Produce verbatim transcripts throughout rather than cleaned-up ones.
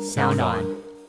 小暖。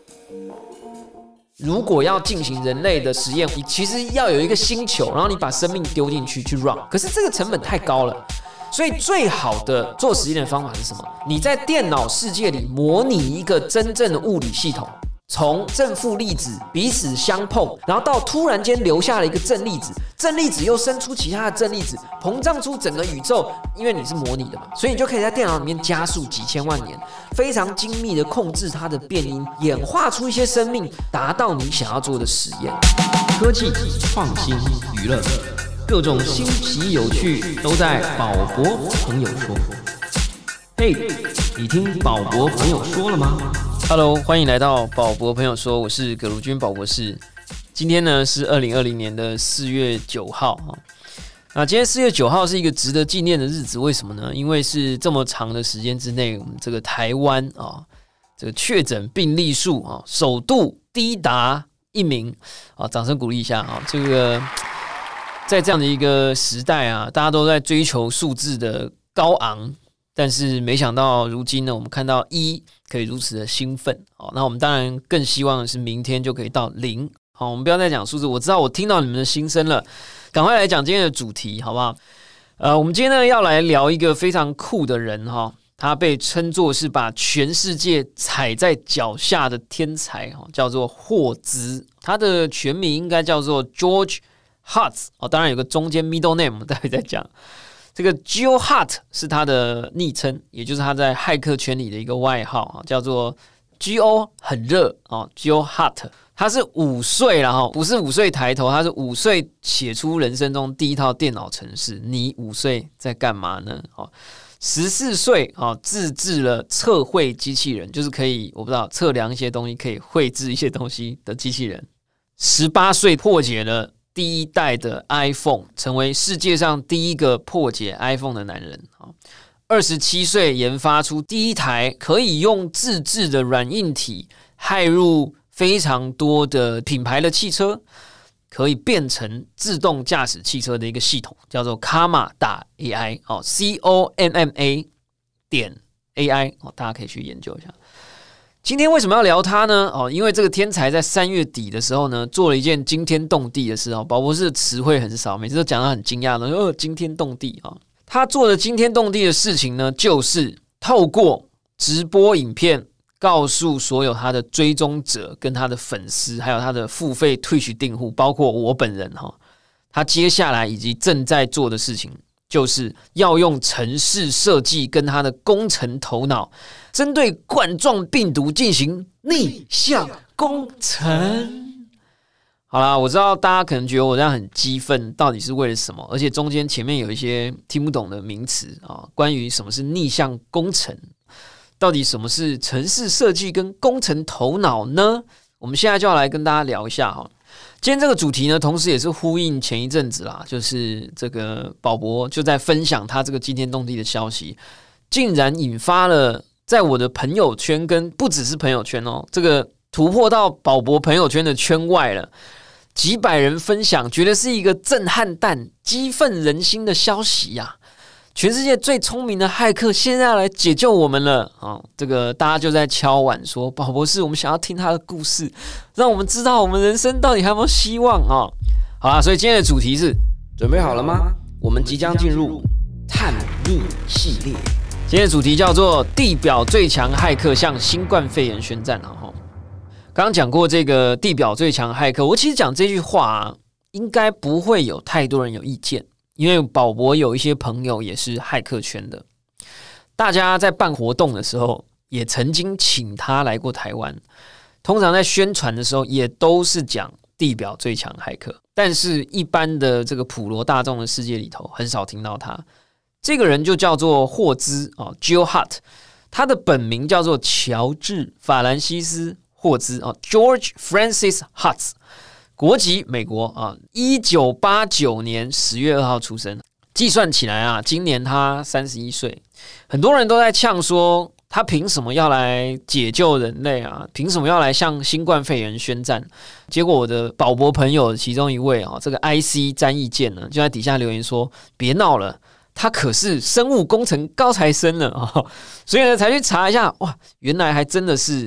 如果要进行人类的实验，你其实要有一个星球，然后你把生命丢进去去 run， 可是这个成本太高了。所以最好的做实验的方法是什么？你在电脑世界里模拟一个真正的物理系统，从正负粒子彼此相碰，然后到突然间留下了一个正粒子，正粒子又生出其他的正粒子，膨胀出整个宇宙。因为你是模拟的嘛，所以你就可以在电脑里面加速几千万年，非常精密的控制它的变因，演化出一些生命，达到你想要做的实验。 科技、创新、娱乐，各种新奇有趣都在宝博朋友说。嘿，你听宝博朋友说了吗？ Hello， 欢迎来到宝博朋友说，我是葛如君宝博士。今天呢是二零二零年的四月九号啊，今天四月九号是一个值得纪念的日子，为什么呢？因为是这么长的时间之内，我们这个台湾啊，这个确诊病例数啊，首度低达一名啊，掌声鼓励一下啊！这个在这样的一个时代啊，大家都在追求数字的高昂。但是没想到，如今呢，我们看到一可以如此的兴奋，好，那我们当然更希望的是明天就可以到零。好，我们不要再讲数字，我知道我听到你们的心声了，赶快来讲今天的主题，好不好？呃，我们今天呢要来聊一个非常酷的人哈，他被称作是把全世界踩在脚下的天才，叫做霍兹，他的全名应该叫做 George Hotz， 哦，当然有个中间 middle name， 我们待会再讲。这个 Geo Hot 是他的昵称，也就是他在骇客圈里的一个外号，叫做 Geo 很热 Geo Hot。他是五岁了，不是五岁抬头，他是五岁写出人生中第一套电脑程式。你五岁在干嘛呢？十四岁自制了测绘机器人，就是可以我不知道测量一些东西，可以绘制一些东西的机器人。十八岁破解了第一代的 iPhone， 成为世界上第一个破解 iPhone 的男人。二十七岁研发出第一台可以用自制的软硬体骇入非常多的品牌的汽车，可以变成自动驾驶汽车的一个系统，叫做 Comma 打 A I， C O M M A 点 A I， 大家可以去研究一下。今天为什么要聊他呢？哦，因为这个天才在三月底的时候呢，做了一件惊天动地的事哦。宝博士的词汇很少，每次都讲到很惊讶的，哦，惊天动地啊！他做的惊天动地的事情呢，就是透过直播影片，告诉所有他的追踪者、跟他的粉丝，还有他的付费 Twitch 订户，包括我本人哈，他接下来以及正在做的事情，就是要用程式设计跟他的工程头脑，针对冠状病毒进行逆向工程。好啦，我知道大家可能觉得我这样很激愤，到底是为了什么？而且中间前面有一些听不懂的名词啊，关于什么是逆向工程，到底什么是程式设计跟工程头脑呢？我们现在就要来跟大家聊一下哈。今天这个主题呢，同时也是呼应前一阵子啦，就是这个宝博就在分享他这个惊天动地的消息，竟然引发了在我的朋友圈跟不只是朋友圈哦，这个突破到宝博朋友圈的圈外了，几百人分享，觉得是一个震撼弹、激愤人心的消息呀，啊！全世界最聪明的骇客现在要来解救我们了啊！这个大家就在敲碗说，宝博士，我们想要听他的故事，让我们知道我们人生到底还有没有希望啊！好啦，所以今天的主题是， 准备好了吗？我们即将进入探秘系列。 今天的主题叫做地表最强骇客向新冠肺炎宣战。刚刚讲过这个地表最强骇客，我其实讲这句话啊，应该不会有太多人有意见，因为宝博有一些朋友也是骇客圈的，大家在办活动的时候也曾经请他来过台湾，通常在宣传的时候也都是讲地表最强骇客，但是一般的这个普罗大众的世界里头很少听到他。这个人就叫做霍兹 Geo Hot， 他的本名叫做乔治·法兰西斯霍兹 George Francis Hotz， 国籍美国啊，一九八九年十月二号出生。计算起来啊，今年他三十一岁。很多人都在呛说，他凭什么要来解救人类啊？凭什么要来向新冠肺炎宣战？结果我的宝博朋友其中一位啊，这个 I C 詹义健呢，就在底下留言说：“别闹了。”他可是生物工程高材生了啊，所以呢才去查一下，哇，原来还真的是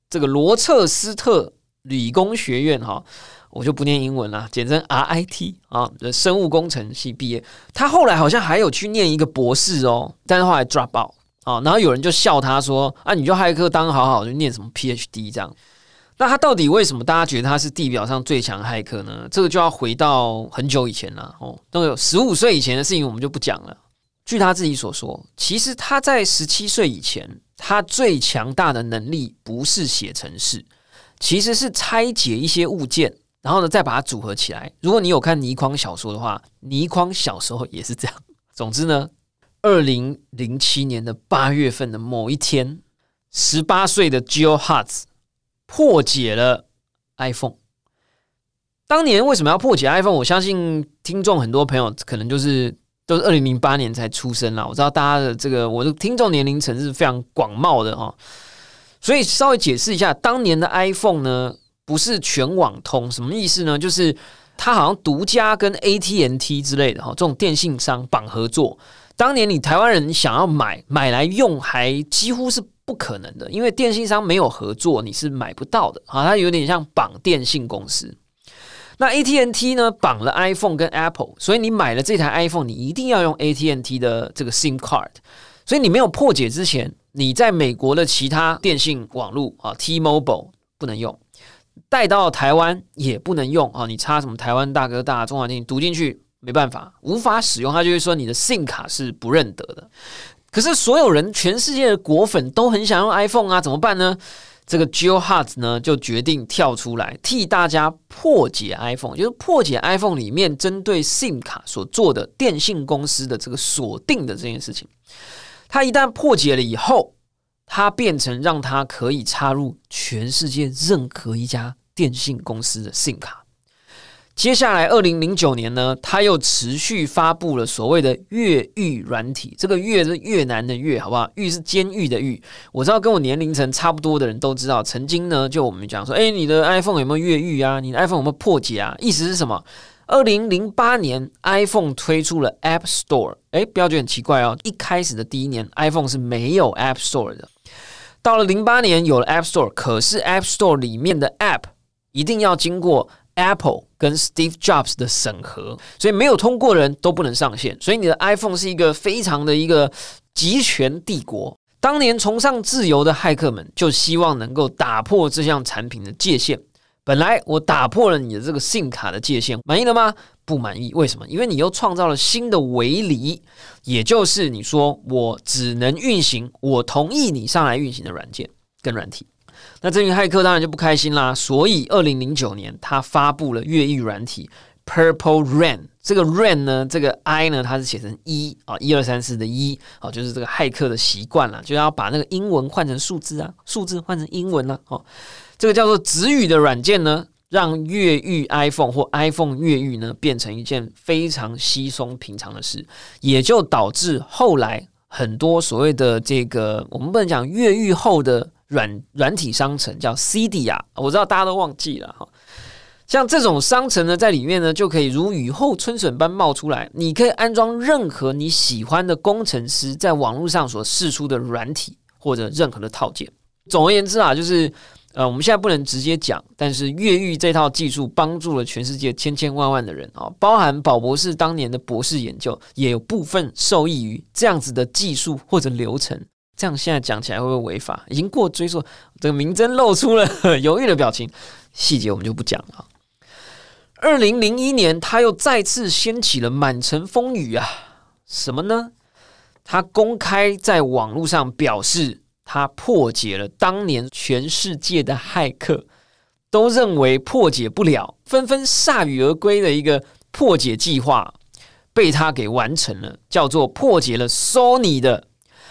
这个罗彻斯特理工学院哈，我就不念英文啦，简称 R I T 啊，生物工程系毕业。他后来好像还有去念一个博士哦，但是后来 drop out 啊，然后有人就笑他说啊，你就骇客当好好就念什么 P H D 这样。那他到底为什么大家觉得他是地表上最强骇客呢？这个就要回到很久以前了哦，都有十五岁以前的事情我们就不讲了。据他自己所说，其实他在十七岁以前，他最强大的能力不是写程式，其实是拆解一些物件，然后呢再把它组合起来。如果你有看倪匡小说的话，倪匡小时候也是这样。总之呢，二零零七年的八月份的某一天，十八岁的 Geo Hotz 破解了 iPhone。当年为什么要破解 iPhone？ 我相信听众很多朋友可能就是都是二零零八年才出生啦。我知道大家的这个我的听众年龄层是非常广袤的哈，所以稍微解释一下，当年的 iPhone 呢不是全网通，什么意思呢？就是它好像独家跟 A T and T 之类的哈，这种电信商绑合作。当年你台湾人想要买买来用，还几乎是不可能的，因为电信商没有合作，你是买不到的啊。它有点像绑电信公司。那 A T and T 呢绑了 iPhone 跟 Apple， 所以你买了这台 iPhone， 你一定要用 A T and T 的这个 SIM card。所以你没有破解之前，你在美国的其他电信网络啊 ，T-Mobile 不能用，带到台湾也不能用啊。你插什么台湾大哥大、中华电信读进去，没办法，无法使用，它就会说你的 SIM 卡是不认得的。可是所有人，全世界的果粉都很想用 iPhone 啊，怎么办呢？这个 Geo Hotz 呢就决定跳出来替大家破解 iPhone， 就是破解 iPhone 里面针对 SIM 卡所做的电信公司的这个锁定的这件事情。它一旦破解了以后，它变成让它可以插入全世界任何一家电信公司的 SIM 卡。接下来二零零九年呢，他又持续发布了所谓的越狱软体，这个越是越南的越，好不好？狱是监狱的狱。我知道跟我年龄层差不多的人都知道，曾经呢就我们讲说，哎，你的 iPhone 有没有越狱啊？你的 iPhone 有没有破解啊？意思是什么？二零零八年 iPhone 推出了 App Store， 哎，不要觉得很奇怪哦，一开始的第一年 iPhone 是没有 App Store 的。到了零八年有了 App Store， 可是 App Store 里面的 App 一定要经过Apple 跟 Steve Jobs 的审核，所以没有通过的人都不能上线。所以你的 iPhone 是一个非常的一个集权帝国。当年崇尚自由的骇客们就希望能够打破这项产品的界限。本来我打破了你的这个 SIM 卡的界限，满意了吗？不满意。为什么？因为你又创造了新的围篱，也就是你说我只能运行我同意你上来运行的软件跟软体。那这群骇客当然就不开心啦，所以二零零九年他发布了越狱软体 Purple Rain。这个 Rain 呢，这个 I 呢，它是写成一啊，一二三四的一啊，就是这个骇客的习惯啦，就要把那个英文换成数字啊，数字换成英文啦。哦，这个叫做子语的软件呢，让越狱 iPhone 或 iPhone 越狱呢，变成一件非常稀松平常的事，也就导致后来很多所谓的这个我们不能讲越狱后的软软体商城叫 Cydia， 我知道大家都忘记了哈。像这种商城呢，在里面呢就可以如雨后春笋般冒出来，你可以安装任何你喜欢的工程师在网络上所释出的软体或者任何的套件。总而言之啊，就是呃，我们现在不能直接讲，但是越狱这套技术帮助了全世界千千万万的人啊，包含宝博士当年的博士研究，也有部分受益于这样子的技术或者流程。这样现在讲起来会不会违法？已经过追溯，这个明真露出了犹豫的表情，细节我们就不讲了。二零零一年，他又再次掀起了满城风雨啊！什么呢？他公开在网络上表示，他破解了当年全世界的骇客都认为破解不了，纷纷铩羽而归的一个破解计划，被他给完成了，叫做破解了 Sony 的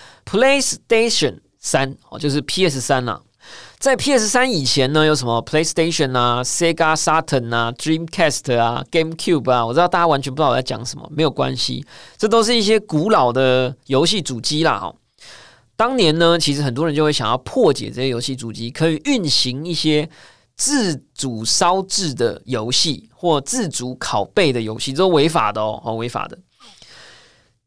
PlayStation 三，就是 P S 三 啊。在 P S 三 以前呢，有什么 PlayStation 啊、Sega Saturn 啊、Dreamcast 啊、GameCube 啊，我知道大家完全不知道我在讲什么，没有关系，这都是一些古老的游戏主机啦。哈，当年呢，其实很多人就会想要破解这些游戏主机，可以运行一些自主烧制的游戏或自主拷贝的游戏，这都违法的哦，违法的。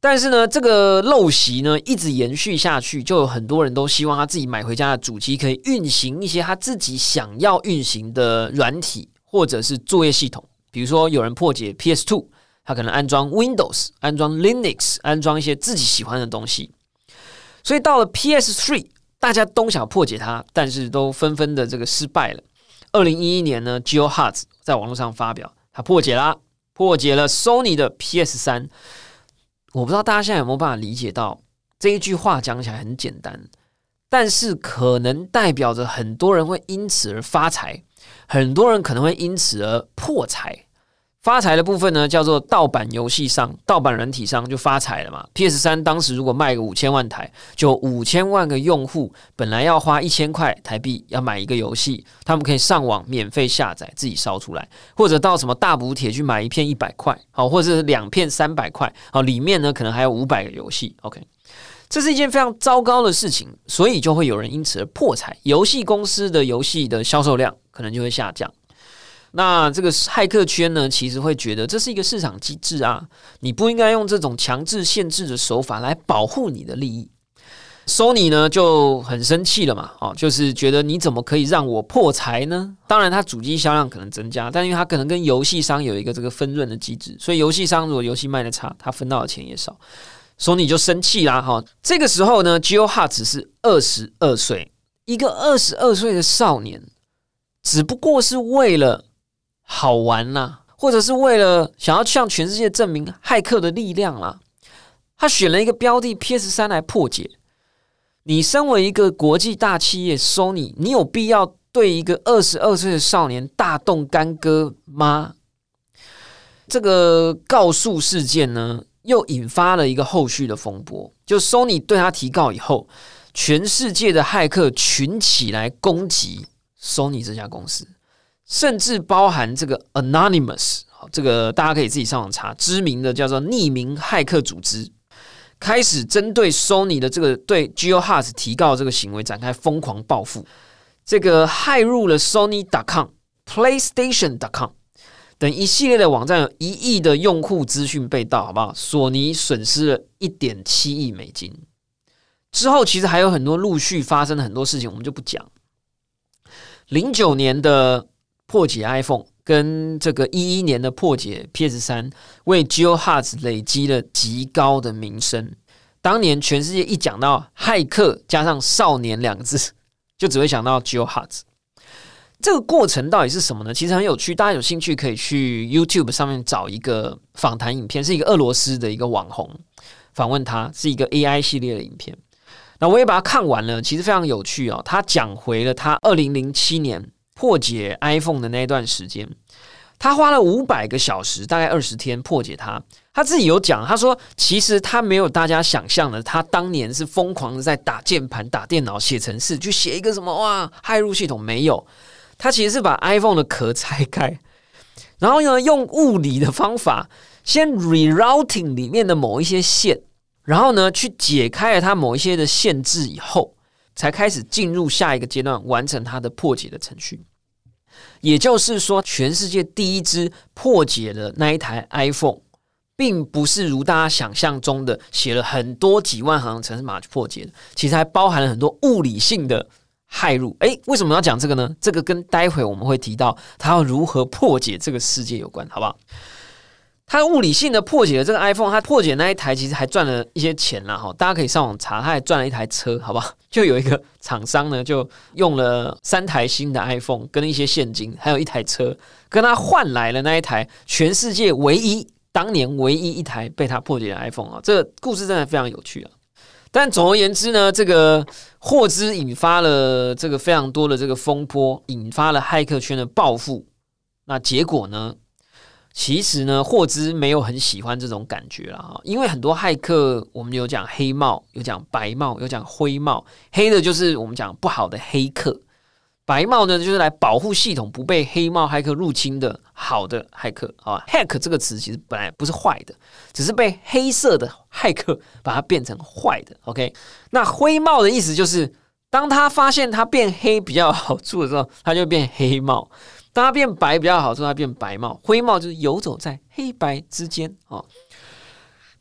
但是呢，这个陋习呢一直延续下去，就有很多人都希望他自己买回家的主机可以运行一些他自己想要运行的软体或者是作业系统。比如说有人破解 P S 二， 他可能安装 Windows， 安装 Linux， 安装一些自己喜欢的东西。所以到了 P S 三， 大家都想破解它，但是都纷纷的这个失败了。二零一一年呢 Geohards 在网络上发表，他破解啦，破解了 Sony 的 P S 三。我不知道大家现在有没有办法理解到这一句话讲起来很简单，但是可能代表着很多人会因此而发财，很多人可能会因此而破财。发财的部分呢，叫做盗版游戏商、盗版软体商就发财了嘛。P S 三 当时如果卖个五千万台，就五千万个用户本来要花一千块台币要买一个游戏，他们可以上网免费下载，自己烧出来，或者到什么大补帖去买一片一百块，好，或者是两片三百块，好，里面呢可能还有五百个游戏。OK， 这是一件非常糟糕的事情，所以就会有人因此而破财，游戏公司的游戏的销售量可能就会下降。那这个骇客圈呢，其实会觉得这是一个市场机制啊，你不应该用这种强制限制的手法来保护你的利益。Sony 呢就很生气了嘛，哦，就是觉得你怎么可以让我破财呢？当然，它主机销量可能增加，但因为它可能跟游戏商有一个这个分润的机制，所以游戏商如果游戏卖的差，它分到的钱也少。Sony 就生气啦，哈、哦。这个时候呢 ，Geohards 只是二十二岁，一个二十二岁的少年，只不过是为了好玩啦，或者是为了想要向全世界证明骇客的力量啦，他选了一个标的 P S 三 来破解。你身为一个国际大企业 Sony， 你有必要对一个二十二岁的少年大动干戈吗？这个告诉事件呢，又引发了一个后续的风波。就 Sony 对他提告以后，全世界的骇客群起来攻击 Sony 这家公司。甚至包含这个 Anonymous， 这个大家可以自己上网查，知名的叫做匿名骇客组织，开始针对 Sony 的这个对 Geohards 提告这个行为展开疯狂报复。这个骇入了 Sony 点 com、PlayStation 点 com 等一系列的网站，有一亿的用户资讯被盗，好不好？索尼损失了 一点七亿美金。之后其实还有很多陆续发生的很多事情，我们就不讲。零九年的破解 iPhone 跟这个一一年的破解 P S 三， 为 Geohards 累积了极高的名声。当年全世界一讲到骇客加上少年两个字，就只会想到 Geohards。 这个过程到底是什么呢？其实很有趣，大家有兴趣可以去 YouTube 上面找一个访谈影片，是一个俄罗斯的一个网红访问他，是一个 A I 系列的影片。那我也把它看完了，其实非常有趣哦。他讲回了他二零零七年破解 iPhone 的那段时间，他花了五百个小时，大概二十天破解它。他自己有讲，他说其实他没有大家想象的，他当年是疯狂的在打键盘、打电脑、写程式，去写一个什么哇骇入系统，没有。他其实是把 iPhone 的壳拆开，然后呢用物理的方法先 rerouting 里面的某一些线，然后呢去解开了它某一些的限制以后，才开始进入下一个阶段，完成它的破解的程序。也就是说，全世界第一支破解的那一台 iPhone， 并不是如大家想象中的写了很多几万行程式码去破解的，其实还包含了很多物理性的骇入。诶，为什么要讲这个呢？这个跟待会我们会提到他要如何破解这个世界有关，好不好？他物理性的破解了这个 iPhone， 他破解那一台其实还赚了一些钱啦，大家可以上网查，他还赚了一台车，好不好？就有一个厂商呢，就用了三台新的 iPhone 跟一些现金，还有一台车，跟他换来了那一台全世界唯一当年唯一一台被他破解的 iPhone 啊，这个故事真的非常有趣啊。但总而言之呢，这个霍兹引发了这个非常多的这个风波，引发了骇客圈的报复。那结果呢？其实呢，霍兹没有很喜欢这种感觉啦，因为很多骇客，我们有讲黑帽，有讲白帽，有讲灰帽。黑的就是我们讲不好的黑客，白帽呢就是来保护系统不被黑帽骇客入侵的好的骇客啊。hack 这个词其实本来不是坏的，只是被黑色的骇客把它变成坏的。OK， 那灰帽的意思就是，当他发现他变黑比较有好处的时候，他就变黑帽。当它变白比较好处，它变白帽，灰帽就是游走在黑白之间、哦、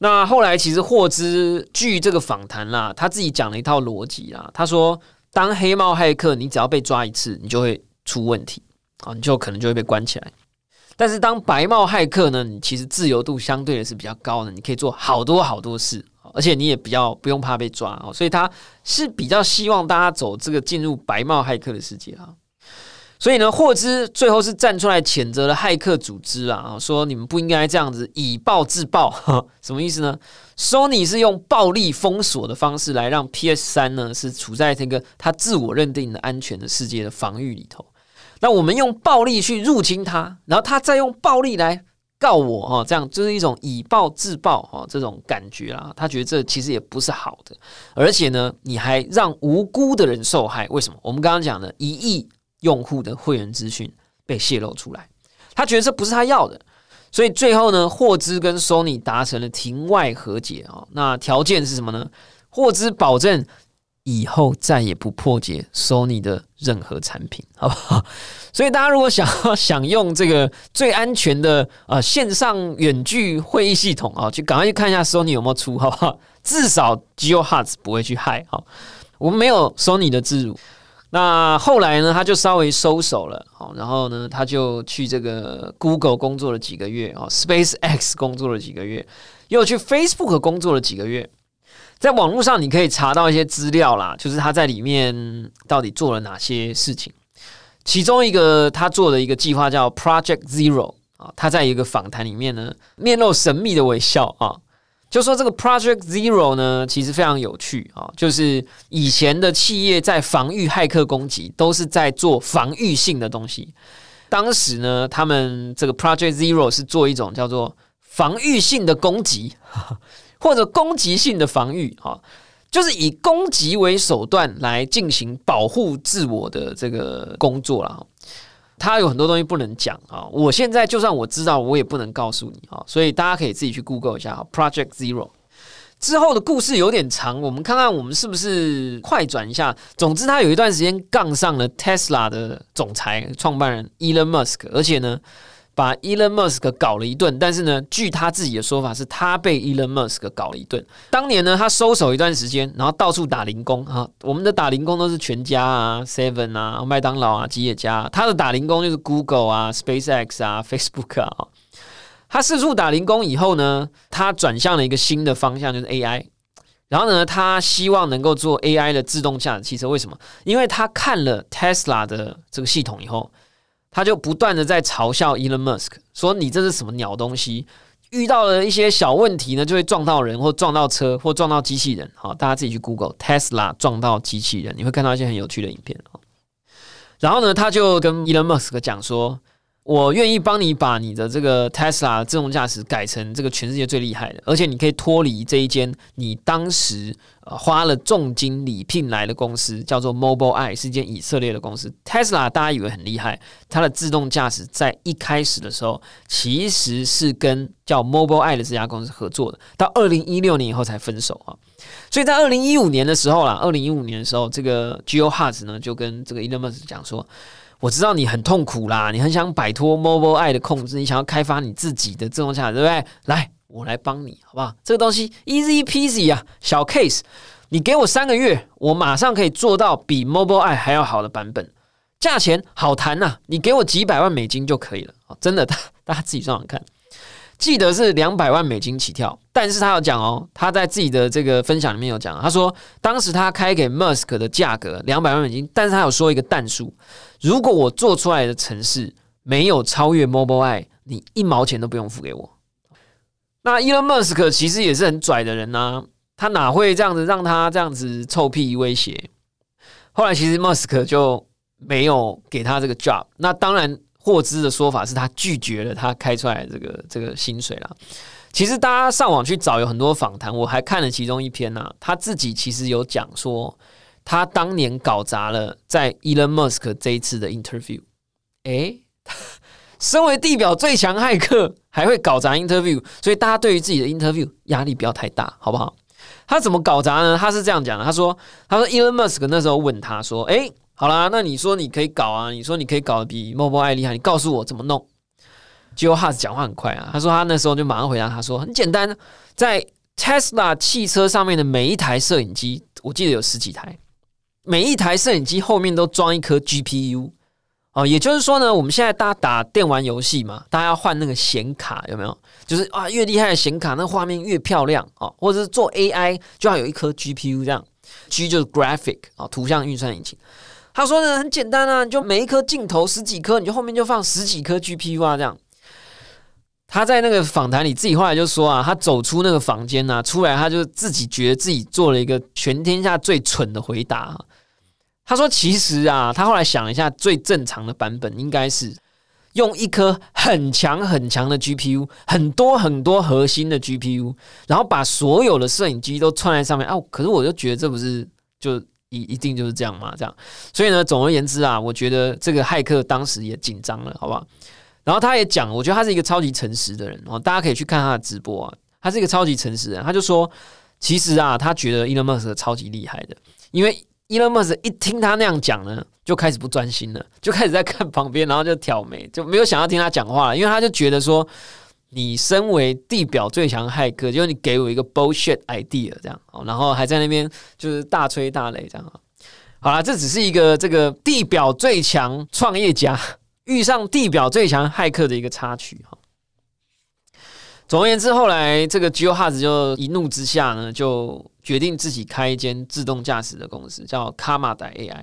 那后来其实霍兹据这个访谈啦，他自己讲了一套逻辑啦。他说，当黑帽骇客，你只要被抓一次，你就会出问题啊，你就可能就会被关起来。但是当白帽骇客呢，你其实自由度相对的是比较高的，你可以做好多好多事，而且你也比较不用怕被抓，所以他是比较希望大家走这个进入白帽骇客的世界啊。所以呢，霍兹最后是站出来谴责了骇客组织啊，说你们不应该这样子以暴制暴，什么意思呢 ？Sony 是用暴力封锁的方式来让 P S 三 呢是处在这个他自我认定的安全的世界的防御里头。那我们用暴力去入侵他，然后他再用暴力来告我哈，这样就是一种以暴制暴哈，这种感觉啦。他觉得这其实也不是好的，而且呢，你还让无辜的人受害。为什么？我们刚刚讲的一亿用户的会员资讯被泄露出来，他觉得这不是他要的，所以最后呢，霍兹跟 Sony 达成了庭外和解啊。那条件是什么呢？霍兹保证以后再也不破解 Sony 的任何产品，好不好？所以大家如果想要想用这个最安全的呃线上远距会议系统啊，就赶快去看一下 Sony 有没有出，好不好？至少 GeoHards 不会去害，好，我们没有 Sony 的置入。那后来呢，他就稍微收手了，然后呢，他就去这个 Google 工作了几个月 ，SpaceX 工作了几个月，又去 Facebook 工作了几个月。在网络上你可以查到一些资料啦，就是他在里面到底做了哪些事情。其中一个他做的一个计划叫 Project Zero 啊，他在一个访谈里面呢，面露神秘的微笑啊。就说这个 Project Zero 呢，其实非常有趣啊，就是以前的企业在防御骇客攻击，都是在做防御性的东西。当时呢，他们这个 Project Zero 是做一种叫做防御性的攻击，或者攻击性的防御啊，就是以攻击为手段来进行保护自我的这个工作啦。它有很多东西不能讲啊，我现在就算我知道，我也不能告诉你啊，所以大家可以自己去 Google 一下 Project Zero。之后的故事有点长，我们看看我们是不是快转一下。总之，他有一段时间杠上了 Tesla 的总裁创办人 Elon Musk， 而且呢，把 Elon Musk 搞了一顿。但是呢，据他自己的说法，是他被 Elon Musk 搞了一顿。当年呢，他收手一段时间，然后到处打零工啊。我们的打零工都是全家啊、Seven 啊、麦当劳啊、吉野家啊，他的打零工就是 Google 啊、SpaceX 啊、Facebook 啊。他四处打零工以后呢，他转向了一个新的方向，就是 A I。然后呢，他希望能够做 A I 的自动驾驶汽车。为什么？因为他看了 Tesla 的这个系统以后，他就不断的在嘲笑 Elon Musk， 说你这是什么鸟东西？遇到了一些小问题呢，就会撞到人，或撞到车，或撞到机器人。好，大家自己去 Google Tesla 撞到机器人，你会看到一些很有趣的影片。然后呢，他就跟 Elon Musk 讲说，我愿意帮你把你的这个 Tesla 自动驾驶改成这个全世界最厉害的，而且你可以脱离这一间你当时、呃、花了重金礼聘来的公司，叫做 Mobileye， 是一间以色列的公司。Tesla 大家以为很厉害，它的自动驾驶在一开始的时候其实是跟叫 Mobileye 的这家公司合作的，到二零一六年以后才分手啊。所以在二零一五年的时候啦，二零一五年的时候，这个 GeoHards 呢就跟这个 Elon Musk 讲说，我知道你很痛苦啦，你很想摆脱 Mobileye 的控制，你想要开发你自己的自动驾驶，对不对？来，我来帮你，好不好？这个东西 easy peasy 啊，小 case， 你给我三个月，我马上可以做到比 Mobileye 还要好的版本，价钱好谈呐、啊，你给我几百万美金就可以了，真的，大家自己上网看。记得是两百万美金起跳，但是他有讲哦，他在自己的这个分享里面有讲，他说当时他开给 Musk 的价格两百万美金，但是他有说一个但数，如果我做出来的程式没有超越 Mobileye， 你一毛钱都不用付给我。那 Elon Musk 其实也是很拽的人啊，他哪会这样子让他这样子臭屁威胁？后来其实 Musk 就没有给他这个 job， 那当然。霍兹的说法是他拒绝了他开出来的这个这个薪水啦。其实大家上网去找有很多访谈，我还看了其中一篇啊，他自己其实有讲说，他当年搞砸了在 Elon Musk 这一次的 interview。哎，身为地表最强骇客，还会搞砸 interview， 所以大家对于自己的 interview 压力不要太大，好不好？他怎么搞砸呢？他是这样讲的，他说，他说 Elon Musk 那时候问他说，哎。好啦，那你说你可以搞啊，你说你可以搞得比 Mobileye 厉害，你告诉我怎么弄。 Gio Haas 讲话很快啊，他说他那时候就马上回答他说，很简单，在 Tesla 汽车上面的每一台摄影机，我记得有十几台，每一台摄影机后面都装一颗 G P U。哦，也就是说呢，我们现在大家打电玩游戏嘛，大家要换那个显卡，有没有？就是啊，越厉害的显卡，那画面越漂亮哦。或者是做 A I 就要有一颗 G P U 这样 ，G 就是 graphic 啊、哦，图像运算引擎。他说呢，很简单啊，你就每一颗镜头十几颗，你就后面就放十几颗 G P U 啊，这样。他在那个访谈里自己后来就说啊，他走出那个房间啊，出来他就自己觉得自己做了一个全天下最蠢的回答、啊。他说：“其实啊，他后来想了一下，最正常的版本应该是用一颗很强很强的 G P U， 很多很多核心的 G P U， 然后把所有的摄影机都串在上面。啊，可是我就觉得这不是就一一定就是这样吗？这样，所以呢，总而言之啊，我觉得这个骇客当时也紧张了，好不好？然后他也讲，我觉得他是一个超级诚实的人哦，大家可以去看他的直播啊，他是一个超级诚实的人。他就说，其实啊，他觉得 Elon Musk 超级厉害的，因为。” Elon Musk 一听他那样讲呢，就开始不专心了，就开始在看旁边，然后就挑眉，就没有想要听他讲话了，因为他就觉得说，你身为地表最强骇客，就你给我一个 bullshit idea 这样，然后还在那边就是大吹大擂这样。好啦，这只是一个这个地表最强创业家遇上地表最强骇客的一个插曲哈。总而言之，后来这个 Gio Haas 就一怒之下呢，就决定自己开一间自动驾驶的公司，叫 Karma 代 A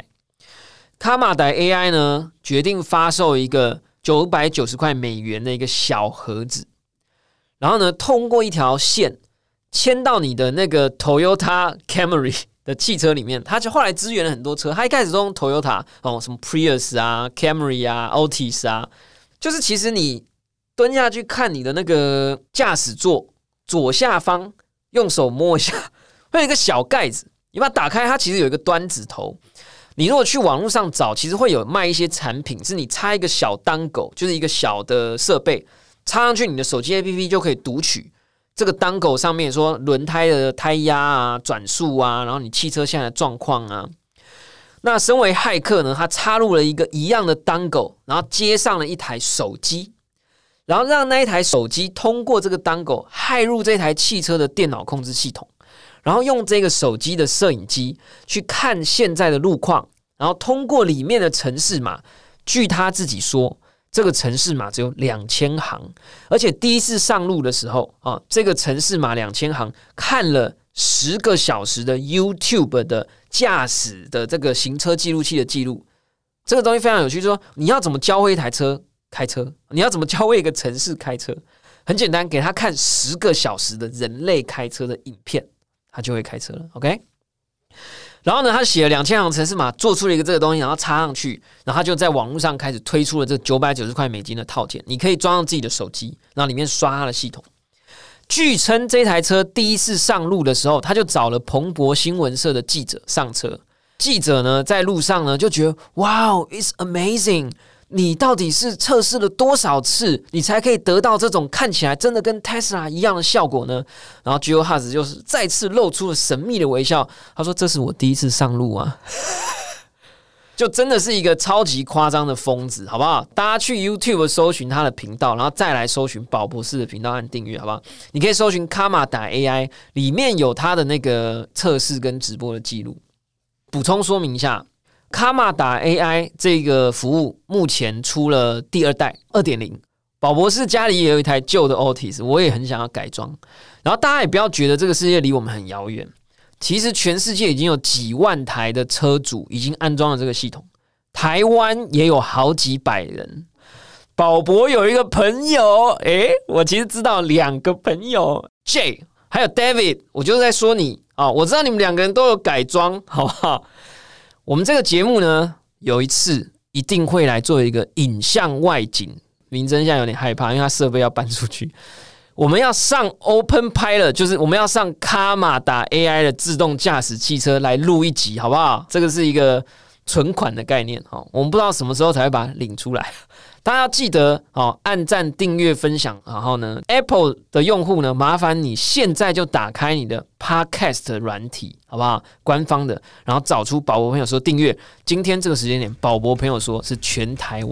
I。Karma 代 A I 呢，决定发售一个九百九十块美元的一个小盒子，然后呢，通过一条线牵到你的那个 Toyota Camry 的汽车里面。它就后来支援了很多车，它一开始都用 Toyota 哦，什么 Prius 啊、Camry 啊、Altis 啊，就是其实你。蹲下去看你的那个驾驶座左下方，用手摸一下，会有一个小盖子，你把它打开，它其实有一个端子头。你如果去网络上找，其实会有卖一些产品，是你插一个小dongle，就是一个小的设备，插上去你的手机 A P P 就可以读取这个dongle上面说轮胎的胎压啊、转速啊，然后你汽车现在的状况啊。那身为骇客呢，他插入了一个一样的dongle，然后接上了一台手机。然后让那一台手机通过这个 dongle 骇入这台汽车的电脑控制系统，然后用这个手机的摄影机去看现在的路况，然后通过里面的程式码，据他自己说，这个程式码只有两千行，而且第一次上路的时候啊，这个程式码两千行看了十个小时的 YouTube 的驾驶的这个行车记录器的记录。这个东西非常有趣，就是说你要怎么教会一台车开车，你要怎么教会一个城市开车？很简单，给他看十个小时的人类开车的影片，他就会开车了。OK， 然后呢，他写了两千行程式码，做出了一个这个东西，然后插上去，然后他就在网络上开始推出了这九百九十块美金的套件，你可以装上自己的手机，然后里面刷他的系统。据称，这台车第一次上路的时候，他就找了彭博新闻社的记者上车。记者呢，在路上呢就觉得，哇 ，It's amazing。你到底是测试了多少次，你才可以得到这种看起来真的跟 Tesla 一样的效果呢？然后 Gio Haas 就是再次露出了神秘的微笑，他说：“这是我第一次上路啊。”就真的是一个超级夸张的疯子，好不好？大家去 YouTube 搜寻他的频道，然后再来搜寻宝博士的频道按订阅，好不好？你可以搜寻 Karma 打 A I， 里面有他的那个测试跟直播的记录。补充说明一下。Karma 打 A I 这个服务目前出了第二代 二点零， 宝博士家里也有一台旧的 Altis， 我也很想要改装。然后大家也不要觉得这个世界离我们很遥远，其实全世界已经有几万台的车主已经安装了这个系统，台湾也有好几百人。宝博有一个朋友，诶，我其实知道两个朋友 J 还有 David， 我就是在说你啊，我知道你们两个人都有改装，好不好？我们这个节目呢，有一次一定会来做一个影像外景。明真现在有点害怕，因为他设备要搬出去。我们要上 Open Pilot， 就是我们要上 Karma 打 A I 的自动驾驶汽车来录一集，好不好？这个是一个存款的概念，我们不知道什么时候才会把它领出来。大家要记得按赞、订阅、分享，然后呢 ，Apple 的用户呢，麻烦你现在就打开你的 Podcast 软体，好不好？官方的，然后找出宝博朋友说订阅。今天这个时间点，宝博朋友说是全台湾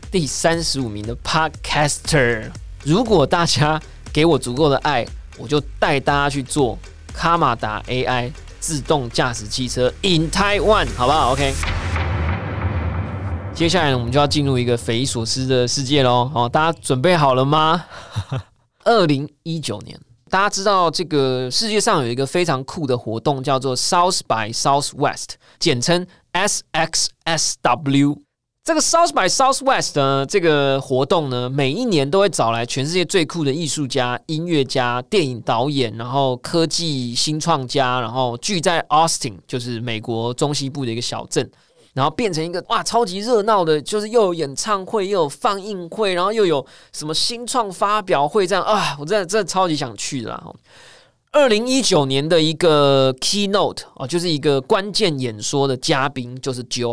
第三十五名的 Podcaster。如果大家给我足够的爱，我就带大家去做卡马达 A I 自动驾驶汽车 in Taiwan， 好不好 ？OK。接下来呢，我们就要进入一个匪夷所思的世界喽。哦，大家准备好了吗？二零一九年，大家知道这个世界上有一个非常酷的活动，叫做 South by Southwest， 简称 S X S W。这个 South by Southwest 呢，这个活动呢，每一年都会找来全世界最酷的艺术家、音乐家、电影导演，然后科技新创家，然后聚在 Austin， 就是美国中西部的一个小镇，然后变成一个哇超级热闹的，就是又有演唱会，又有放映会，然后又有什么新创发表会，这样啊，我真的真的超级想去的啦。二零一九年的一个 keynote 哦，就是一个关键演说的嘉宾就是 Joe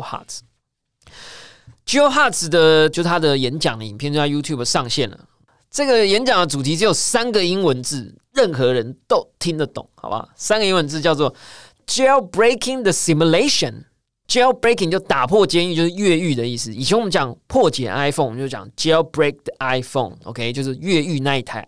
Hart。Joe Hart 的就是他的演讲的影片就在 YouTube 上线了。这个演讲的主题只有三个英文字，任何人都听得懂，好吧？三个英文字叫做 Jailbreaking the Simulation。Jailbreaking 就打破监狱，就是越狱的意思。以前我们讲破解 iPhone， 我们就讲 Jailbreak the iPhone，OK， 就是越狱那一台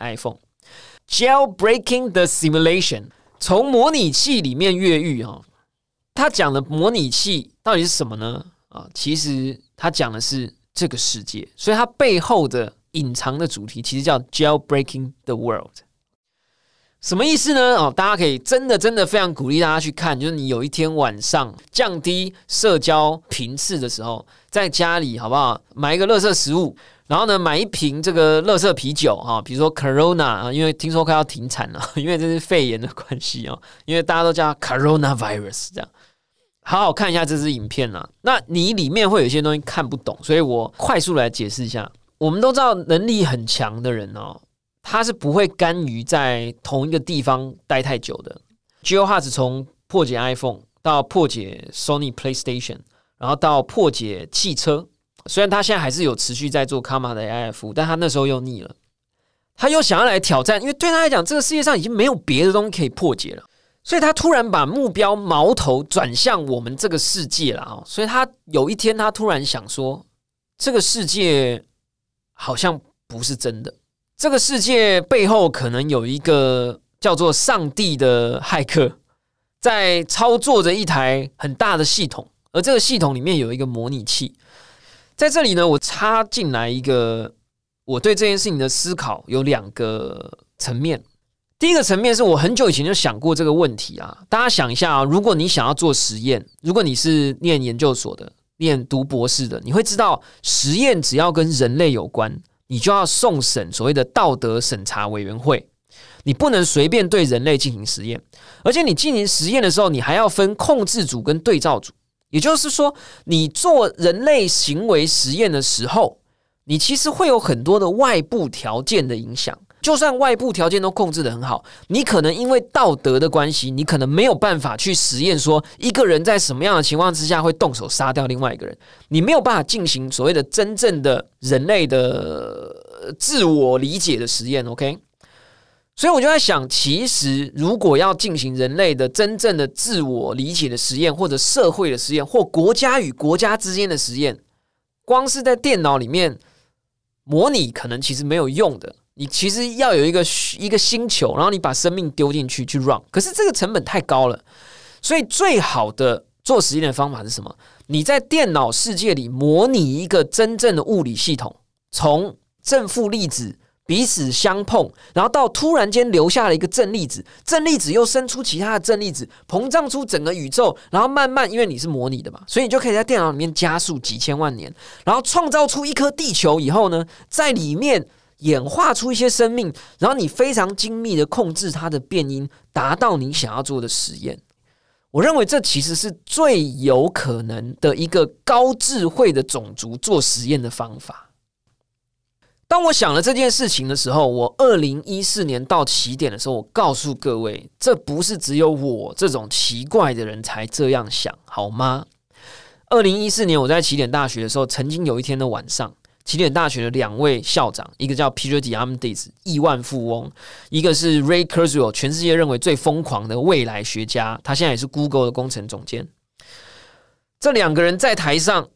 iPhone。Jailbreaking the Simulation， 从模拟器里面越狱哈。他讲的模拟器到底是什么呢？啊，其实他讲的是这个世界，所以他背后的隐藏的主题其实叫 Jailbreaking the World。什么意思呢？哦，大家可以真的真的非常鼓励大家去看，就是你有一天晚上降低社交频次的时候，在家里好不好？买一个垃圾食物，然后呢，买一瓶这个垃圾啤酒哈，比如说 Corona 啊，因为听说快要停产了，因为这是肺炎的关系哦，因为大家都叫 Coronavirus 这样。好好看一下这支影片啊，那你里面会有一些东西看不懂，所以我快速来解释一下。我们都知道能力很强的人哦，他是不会甘于在同一个地方待太久的。Joe Hart 从破解 iPhone 到破解 Sony PlayStation， 然后到破解汽车，虽然他现在还是有持续在做卡马的 A I 服务，但他那时候又腻了，他又想要来挑战，因为对他来讲，这个世界上已经没有别的东西可以破解了。所以他突然把目标矛头转向我们这个世界了，所以他有一天他突然想说，这个世界好像不是真的，这个世界背后可能有一个叫做上帝的骇客在操作着一台很大的系统，而这个系统里面有一个模拟器。在这里呢，我插进来一个我对这件事情的思考，有两个层面。第一个层面是我很久以前就想过这个问题啊，大家想一下啊，如果你想要做实验，如果你是念研究所的、念读博士的，你会知道实验只要跟人类有关，你就要送审所谓的道德审查委员会，你不能随便对人类进行实验，而且你进行实验的时候，你还要分控制组跟对照组，也就是说，你做人类行为实验的时候，你其实会有很多的外部条件的影响。就算外部条件都控制得很好，你可能因为道德的关系，你可能没有办法去实验说一个人在什么样的情况之下会动手杀掉另外一个人，你没有办法进行所谓的真正的人类的自我理解的实验 OK。 所以我就在想，其实如果要进行人类的真正的自我理解的实验，或者社会的实验，或国家与国家之间的实验，光是在电脑里面模拟可能其实没有用的，你其实要有一个一个星球，然后你把生命丢进去去 run， 可是这个成本太高了，所以最好的做实验的方法是什么？你在电脑世界里模拟一个真正的物理系统，从正负粒子彼此相碰，然后到突然间留下了一个正粒子，正粒子又生出其他的正粒子，膨胀出整个宇宙，然后慢慢因为你是模拟的嘛，所以你就可以在电脑里面加速几千万年，然后创造出一颗地球以后呢，在里面演化出一些生命，然后你非常精密的控制它的变因，达到你想要做的实验。我认为这其实是最有可能的一个高智慧的种族做实验的方法。当我想了这件事情的时候，我二零一四年到起点的时候，我告诉各位，这不是只有我这种奇怪的人才这样想，好吗？二零一四年我在起点大学的时候，曾经有一天的晚上，起点大学的两位校长，一个叫 Peter Diamandis 亿万富翁，一个是 Ray Kurzweil 全世界认为最疯狂的未来学家，他现在也是 Google 的工程总监。这两个人在台上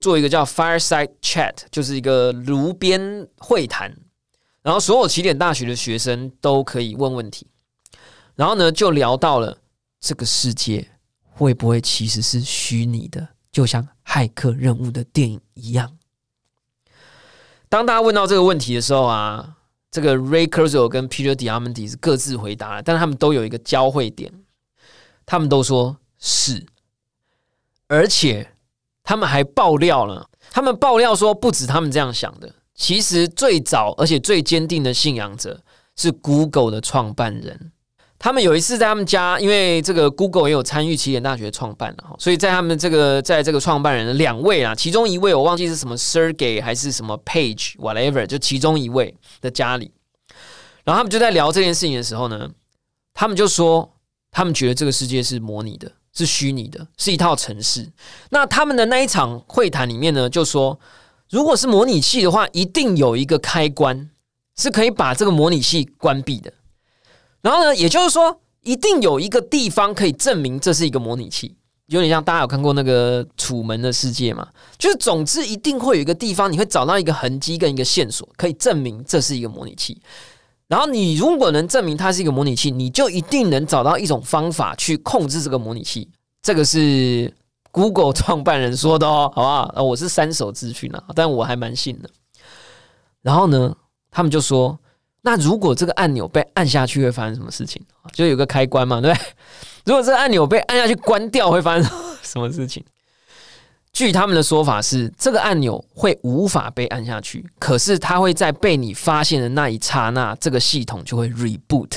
做一个叫 Fireside Chat， 就是一个炉边会谈，然后所有起点大学的学生都可以问问题，然后呢就聊到了这个世界会不会其实是虚拟的，就像骇客任务的电影一样。当大家问到这个问题的时候啊，这个 Ray Kurzweil 跟 Peter Diamandis 是各自回答了，但他们都有一个交汇点，他们都说是，而且他们还爆料了，他们爆料说不止他们这样想的，其实最早而且最坚定的信仰者是 Google 的创办人。他们有一次在他们家，因为这个 Google 也有参与起点大学创办，所以在他们这个在这个创办人的两位啊，其中一位我忘记是什么 Sergey 还是什么 Page whatever， 就其中一位的家里，然后他们就在聊这件事情的时候呢，他们就说他们觉得这个世界是模拟的，是虚拟的，是一套程式。那他们的那一场会谈里面呢，就说如果是模拟器的话，一定有一个开关是可以把这个模拟器关闭的。然后呢，也就是说，一定有一个地方可以证明这是一个模拟器，有点像大家有看过那个《楚门的世界》嘛？就是总之一定会有一个地方，你会找到一个痕迹跟一个线索，可以证明这是一个模拟器。然后你如果能证明它是一个模拟器，你就一定能找到一种方法去控制这个模拟器。这个是 Google 创办人说的哦，好不好？我是三手资讯啊，但我还蛮信的。然后呢，他们就说，那如果这个按钮被按下去会发生什么事情？就有个开关嘛，对不对？如果这个按钮被按下去关掉会发生什么事情？据他们的说法是，这个按钮会无法被按下去，可是它会在被你发现的那一刹那，这个系统就会 reboot，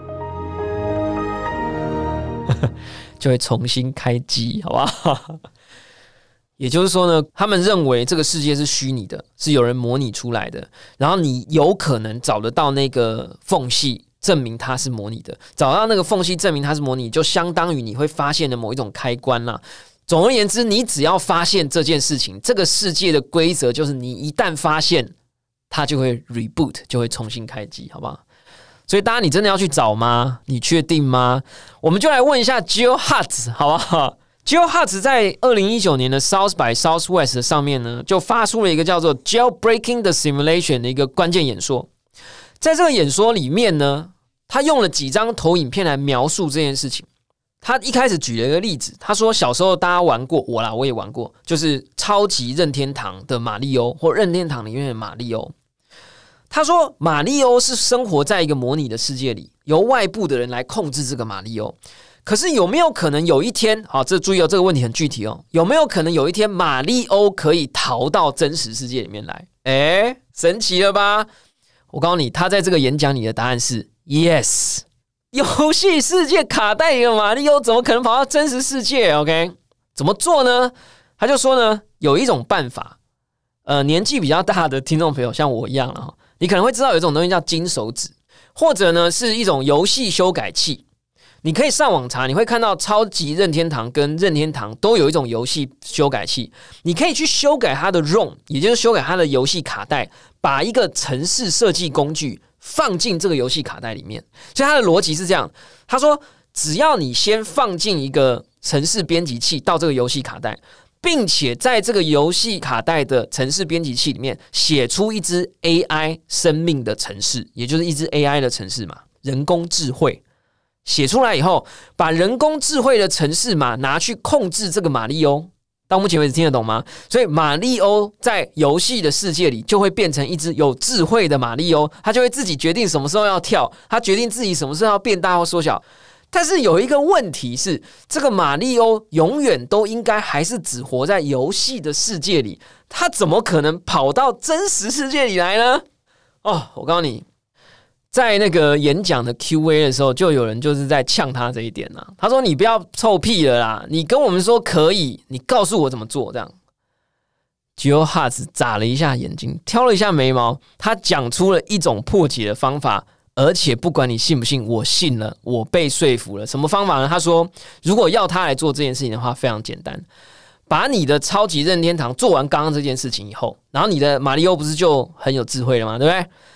就会重新开机，好不好？也就是说呢，他们认为这个世界是虚拟的，是有人模拟出来的，然后你有可能找得到那个缝隙，证明它是模拟的，找到那个缝隙证明它是模拟，就相当于你会发现的某一种开关啦。总而言之，你只要发现这件事情，这个世界的规则就是你一旦发现，它就会 reboot， 就会重新开机，好不好？所以大家你真的要去找吗？你确定吗？我们就来问一下 Geo Hutz， 好不好？Geo Hutz 在二零一九年的 South by Southwest 上面呢，就发出了一个叫做 Jailbreaking the Simulation 的一个关键演说。在这个演说里面呢，他用了几张投影片来描述这件事情。他一开始举了一个例子，他说小时候大家玩过，我啦我也玩过，就是超级任天堂的马里欧或任天堂里面的马里欧。他说马里欧是生活在一个模拟的世界里，由外部的人来控制这个马里欧。可是有没有可能有一天，好，这注意哦，这个问题很具体哦，有没有可能有一天马里欧可以逃到真实世界里面来？哎，神奇了吧？我告诉你，他在这个演讲里的答案是 yes。游戏世界卡带里的马里欧怎么可能跑到真实世界 ？OK， 怎么做呢？他就说呢，有一种办法，呃，年纪比较大的听众朋友，像我一样了，你可能会知道有一种东西叫金手指，或者呢是一种游戏修改器。你可以上网查，你会看到超级任天堂跟任天堂都有一种游戏修改器，你可以去修改它的 ROM， 也就是修改它的游戏卡带，把一个程式设计工具放进这个游戏卡带里面。所以它的逻辑是这样，他说只要你先放进一个程式编辑器到这个游戏卡带，并且在这个游戏卡带的程式编辑器里面写出一支 A I 生命的程式，也就是一支 A I 的程式码，人工智慧。写出来以后，把人工智慧的程式码拿去控制这个马里欧，到目前为止听得懂吗？所以马里欧在游戏的世界里就会变成一只有智慧的马里欧，他就会自己决定什么时候要跳，他决定自己什么时候要变大或缩小。但是有一个问题是，这个马里欧永远都应该还是只活在游戏的世界里，他怎么可能跑到真实世界里来呢？哦，我告诉你。在那个演讲的 Q A 的时候，就有人就是在呛他这一点啊。他说：“你不要臭屁了啦，你跟我们说可以，你告诉我怎么做。”这样 ，Geo Hutz 眨了一下眼睛，挑了一下眉毛，他讲出了一种破解的方法，而且不管你信不信，我信了，我被说服了。什么方法呢？他说：“如果要他来做这件事情的话，非常简单，把你的超级任天堂做完刚刚这件事情以后，然后你的马里欧不是就很有智慧了吗？对不对？”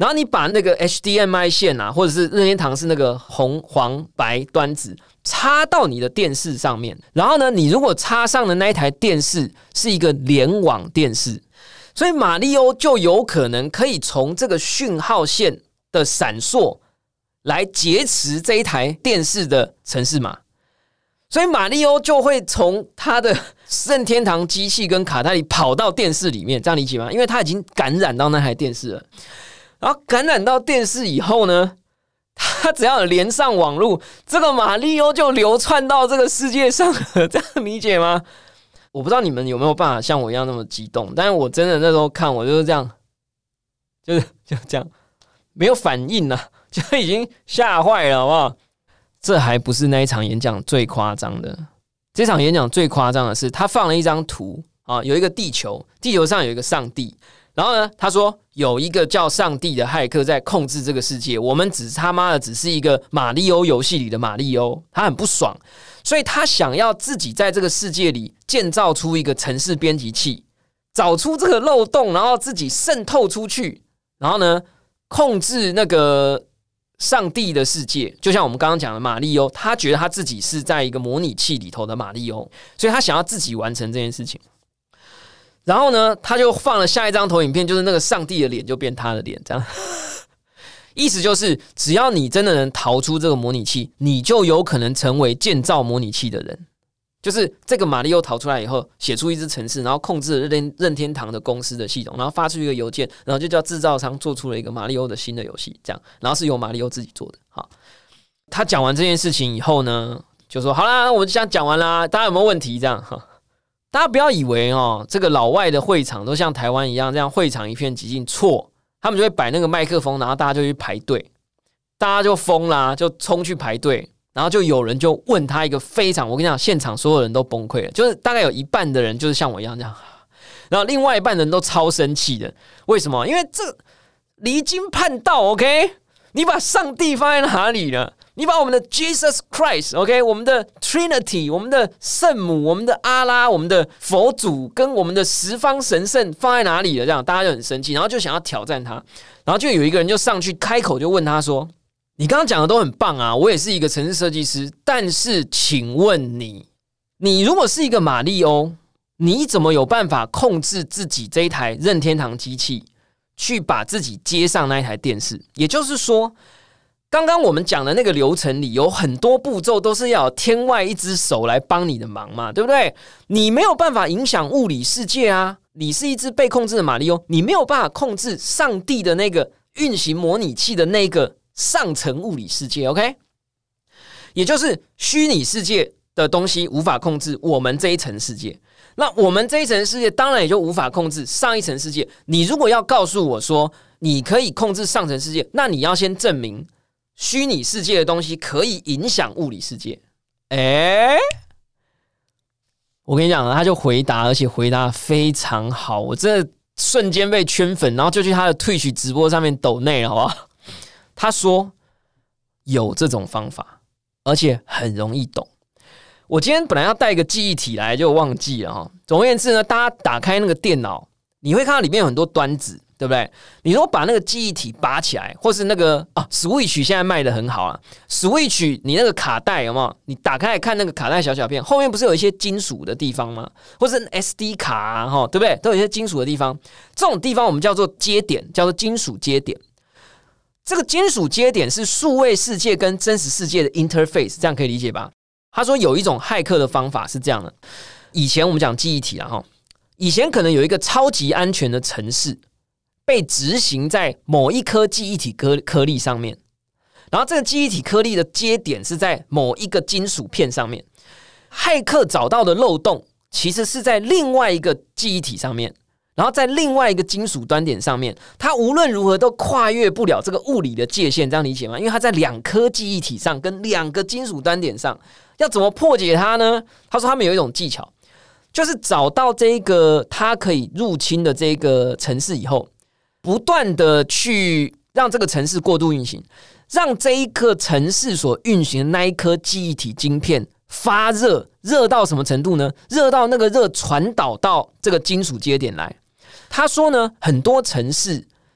然后你把那个 H D M I 线啊，或者是任天堂是那个红黄白端子插到你的电视上面，然后呢，你如果插上的那一台电视是一个联网电视，所以马里欧就有可能可以从这个讯号线的闪烁来劫持这一台电视的程式码，所以马里欧就会从他的任天堂机器跟卡带里跑到电视里面，这样理解吗？因为他已经感染到那台电视了，然后感染到电视以后呢，他只要有连上网路，这个马里欧就流窜到这个世界上了，这样理解吗？我不知道你们有没有办法像我一样那么激动，但是我真的那时候看，我就是这样，就是就这样，没有反应啊，就已经吓坏了，好不好？这还不是那一场演讲最夸张的，这场演讲最夸张的是，他放了一张图啊，有一个地球，地球上有一个上帝，然后呢，他说有一个叫上帝的骇客在控制这个世界，我们只他妈的只是一个马里欧游戏里的马里欧，他很不爽。所以他想要自己在这个世界里建造出一个程式编辑器，找出这个漏洞，然后自己渗透出去，然后呢，控制那个上帝的世界。就像我们刚刚讲的马里欧，他觉得他自己是在一个模拟器里头的马里欧，所以他想要自己完成这件事情。然后呢，他就放了下一张投影片，就是那个上帝的脸就变他的脸，这样。意思就是，只要你真的能逃出这个模拟器，你就有可能成为建造模拟器的人。就是这个马里欧逃出来以后，写出一支程式，然后控制了任任天堂的公司的系统，然后发出一个邮件，然后就叫制造商做出了一个马里欧的新的游戏，这样，然后是由马里欧自己做的。好，他讲完这件事情以后呢，就说好啦，我们现在讲完啦，大家有没有问题？这样哈，大家不要以为哦，这个老外的会场都像台湾一样，这样会场一片寂静，错。他们就会摆那个麦克风，然后大家就去排队，大家就疯啦，就冲去排队，然后就有人就问他一个非常，我跟你讲，现场所有人都崩溃了，就是大概有一半的人就是像我一样这样，然后另外一半人都超生气的，为什么？因为这离经叛道 ，OK？ 你把上帝放在哪里了？你把我们的 Jesus Christ，OK， 我们的 Trinity， 我们的圣母，我们的阿拉，我们的佛祖跟我们的十方神圣放在哪里了？这样大家就很生气，然后就想要挑战他，然后就有一个人就上去开口就问他说：“你刚刚讲的都很棒啊，我也是一个程式设计师，但是请问你，你如果是一个马里欧，你怎么有办法控制自己这一台任天堂机器，去把自己接上那一台电视？也就是说。”刚刚我们讲的那个流程里有很多步骤都是要有天外一只手来帮你的忙嘛，对不对？你没有办法影响物理世界啊，你是一只被控制的马里欧，你没有办法控制上帝的那个运行模拟器的那个上层物理世界 ，OK？ 也就是虚拟世界的东西无法控制我们这一层世界，那我们这一层世界当然也就无法控制上一层世界。你如果要告诉我说你可以控制上层世界，那你要先证明虚拟世界的东西可以影响物理世界。哎，我跟你讲，他就回答，而且回答非常好，我真的瞬间被圈粉，然后就去他的 Twitch 直播上面抖内了，好不好？他说有这种方法，而且很容易懂。我今天本来要带一个记忆体来，就忘记了哈。总而言之呢，大家打开那个电脑，你会看到里面有很多端子。对不对？你如果把那个记忆体拔起来，或是那个啊 Switch 现在卖的很好啊 ，Switch 你那个卡带有没有？你打开来看那个卡带小小片，后面不是有一些金属的地方吗？或是 S D 卡啊，哈，对不对？都有一些金属的地方，这种地方我们叫做接点，叫做金属接点。这个金属接点是数位世界跟真实世界的 interface， 这样可以理解吧？他说有一种骇客的方法是这样的，以前我们讲记忆体啦，哈，以前可能有一个超级安全的程式。被执行在某一颗记忆体颗颗粒上面，然后这个记忆体颗粒的接点是在某一个金属片上面。骇客找到的漏洞其实是在另外一个记忆体上面，然后在另外一个金属端点上面，它无论如何都跨越不了这个物理的界限，这样理解吗？因为它在两颗记忆体上跟两个金属端点上，要怎么破解它呢？他说他们有一种技巧，就是找到这个它可以入侵的这个程式以后。不断的去让这个程式过度运行，让这一颗程式所运行的那一颗记忆体晶片发热，热到什么程度呢？热到那个热传导到这个金属接点来。他说呢，很多程式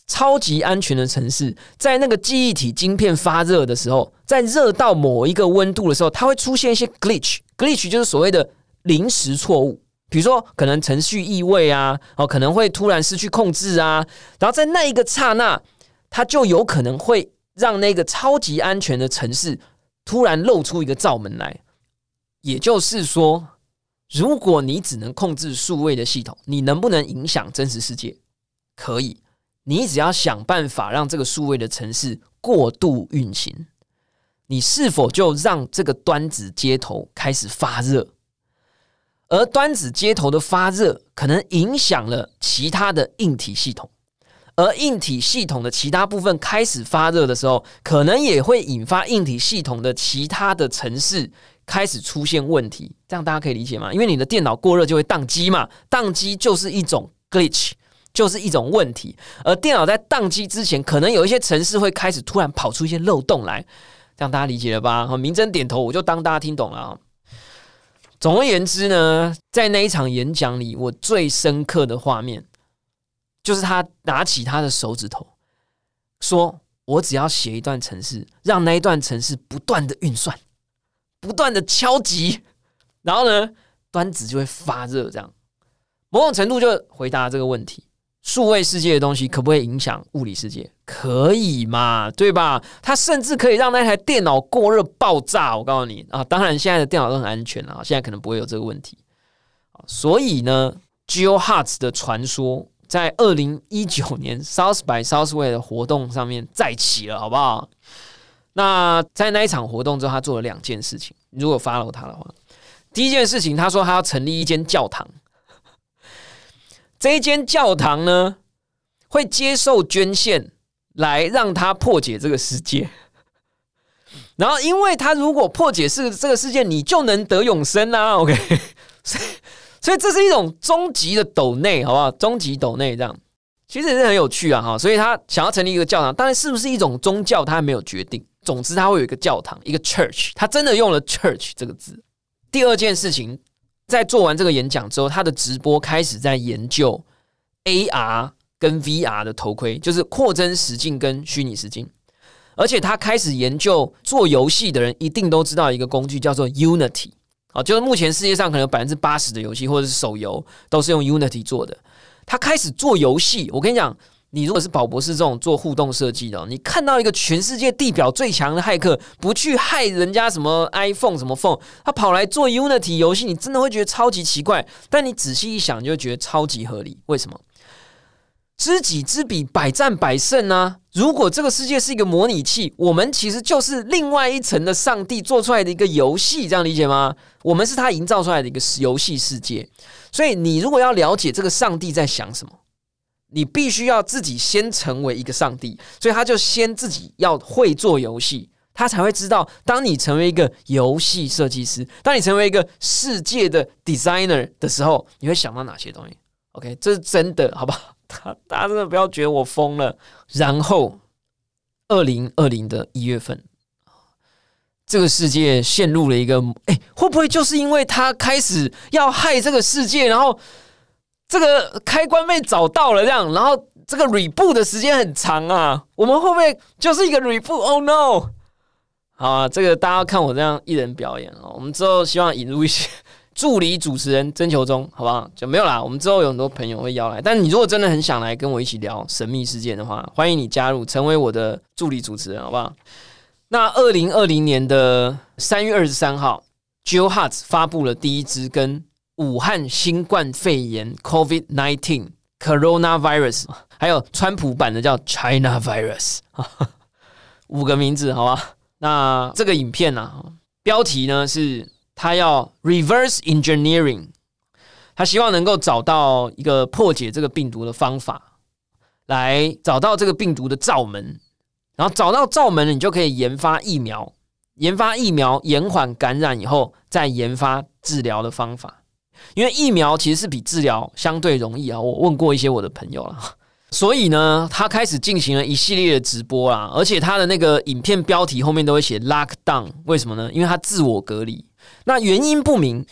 超级安全的程式，在那个记忆体晶片发热的时候，在热到某一个温度的时候，它会出现一些 glitch，glitch glitch 就是所谓的临时错误。比如说，可能程序异位啊，哦，可能会突然失去控制啊，然后在那一个刹那，它就有可能会让那个超级安全的程式突然露出一个罩门来。也就是说，如果你只能控制数位的系统，你能不能影响真实世界？可以，你只要想办法让这个数位的程式过度运行，你是否就让这个端子接头开始发热？而端子接头的发热可能影响了其他的硬体系统，而硬体系统的其他部分开始发热的时候，可能也会引发硬体系统的其他的程式开始出现问题。这样大家可以理解吗？因为你的电脑过热就会宕机嘛，宕机就是一种 glitch， 就是一种问题。而电脑在宕机之前，可能有一些程式会开始突然跑出一些漏洞来。这样大家理解了吧？明真点头，我就当大家听懂了。总而言之呢，在那一场演讲里，我最深刻的画面就是他拿起他的手指头，说：“我只要写一段程式，让那一段程式不断的运算，不断的敲击，然后呢，端子就会发热。”这样，某种程度就回答这个问题：数位世界的东西可不可以影响物理世界？可以嘛，对吧？它甚至可以让那台电脑过热爆炸。我告诉你啊，当然现在的电脑都很安全了，现在可能不会有这个问题。所以呢 ，GeoHarts 的传说在二零一九年 South by Southwest 的活动上面再起了，好不好？那在那一场活动之后，他做了两件事情。如果 follow 他的话，第一件事情，他说他要成立一间教堂。这一间教堂呢，会接受捐献来让他破解这个世界。然后，因为他如果破解是这个世界，你就能得永生啊 ，OK？ 所以，所以这是一种终极的斗内，好不好？终极斗内这样，其实也是很有趣啊，哈。所以他想要成立一个教堂，当然是不是一种宗教，他还没有决定。总之，他会有一个教堂，一个 church， 他真的用了 church 这个字。第二件事情。在做完这个演讲之后，他的直播开始在研究 A R 跟 V R 的头盔，就是扩增实境跟虚拟实境。而且他开始研究做游戏的人一定都知道一个工具叫做 Unity， 就是目前世界上可能有 百分之八十 的游戏或者是手游都是用 Unity 做的。他开始做游戏，我跟你讲，你如果是宝博士这种做互动设计的，你看到一个全世界地表最强的骇客，不去害人家什么 iPhone 什么 phone， 他跑来做 Unity 游戏，你真的会觉得超级奇怪。但你仔细一想，就会觉得超级合理。为什么？知己知彼，百战百胜啊！如果这个世界是一个模拟器，我们其实就是另外一层的上帝做出来的一个游戏，这样理解吗？我们是他营造出来的一个游戏世界。所以你如果要了解这个上帝在想什么，你必须要自己先成为一个上帝，所以他就先自己要会做游戏，他才会知道，当你成为一个游戏设计师，当你成为一个世界的 designer 的时候，你会想到哪些东西 ？OK， 这是真的，好不好？大家真的不要觉得我疯了。然后，二零二零的一月份，这个世界陷入了一个，哎，会不会就是因为他开始要害这个世界，然后？这个开关被找到了，这样，然后这个 reboot 的时间很长啊，我们会不会就是一个 reboot？Oh no！ 好啊，这个大家看我这样一人表演哦。我们之后希望引入一些助理主持人征求中，好不好？就没有啦。我们之后有很多朋友会邀来，但你如果真的很想来跟我一起聊神秘事件的话，欢迎你加入，成为我的助理主持人，好不好？那二零二零年的三月二十三号 ，GeoHarts 发布了第一支跟武汉新冠肺炎 COVID 十九 Coronavirus， 还有川普版的叫 China Virus， 五个名字，好吧？那这个影片呢、啊，标题呢是他要 Reverse Engineering， 他希望能够找到一个破解这个病毒的方法，来找到这个病毒的罩门，然后找到罩门，你就可以研发疫苗，研发疫苗延缓感染以后，再研发治疗的方法。因为疫苗其实是比治疗相对容易啊，我问过一些我的朋友啦，所以呢，他开始进行了一系列的直播啦，而且他的那个影片标题后面都会写 lockdown， 为什么呢？因为他自我隔离，那原因不明，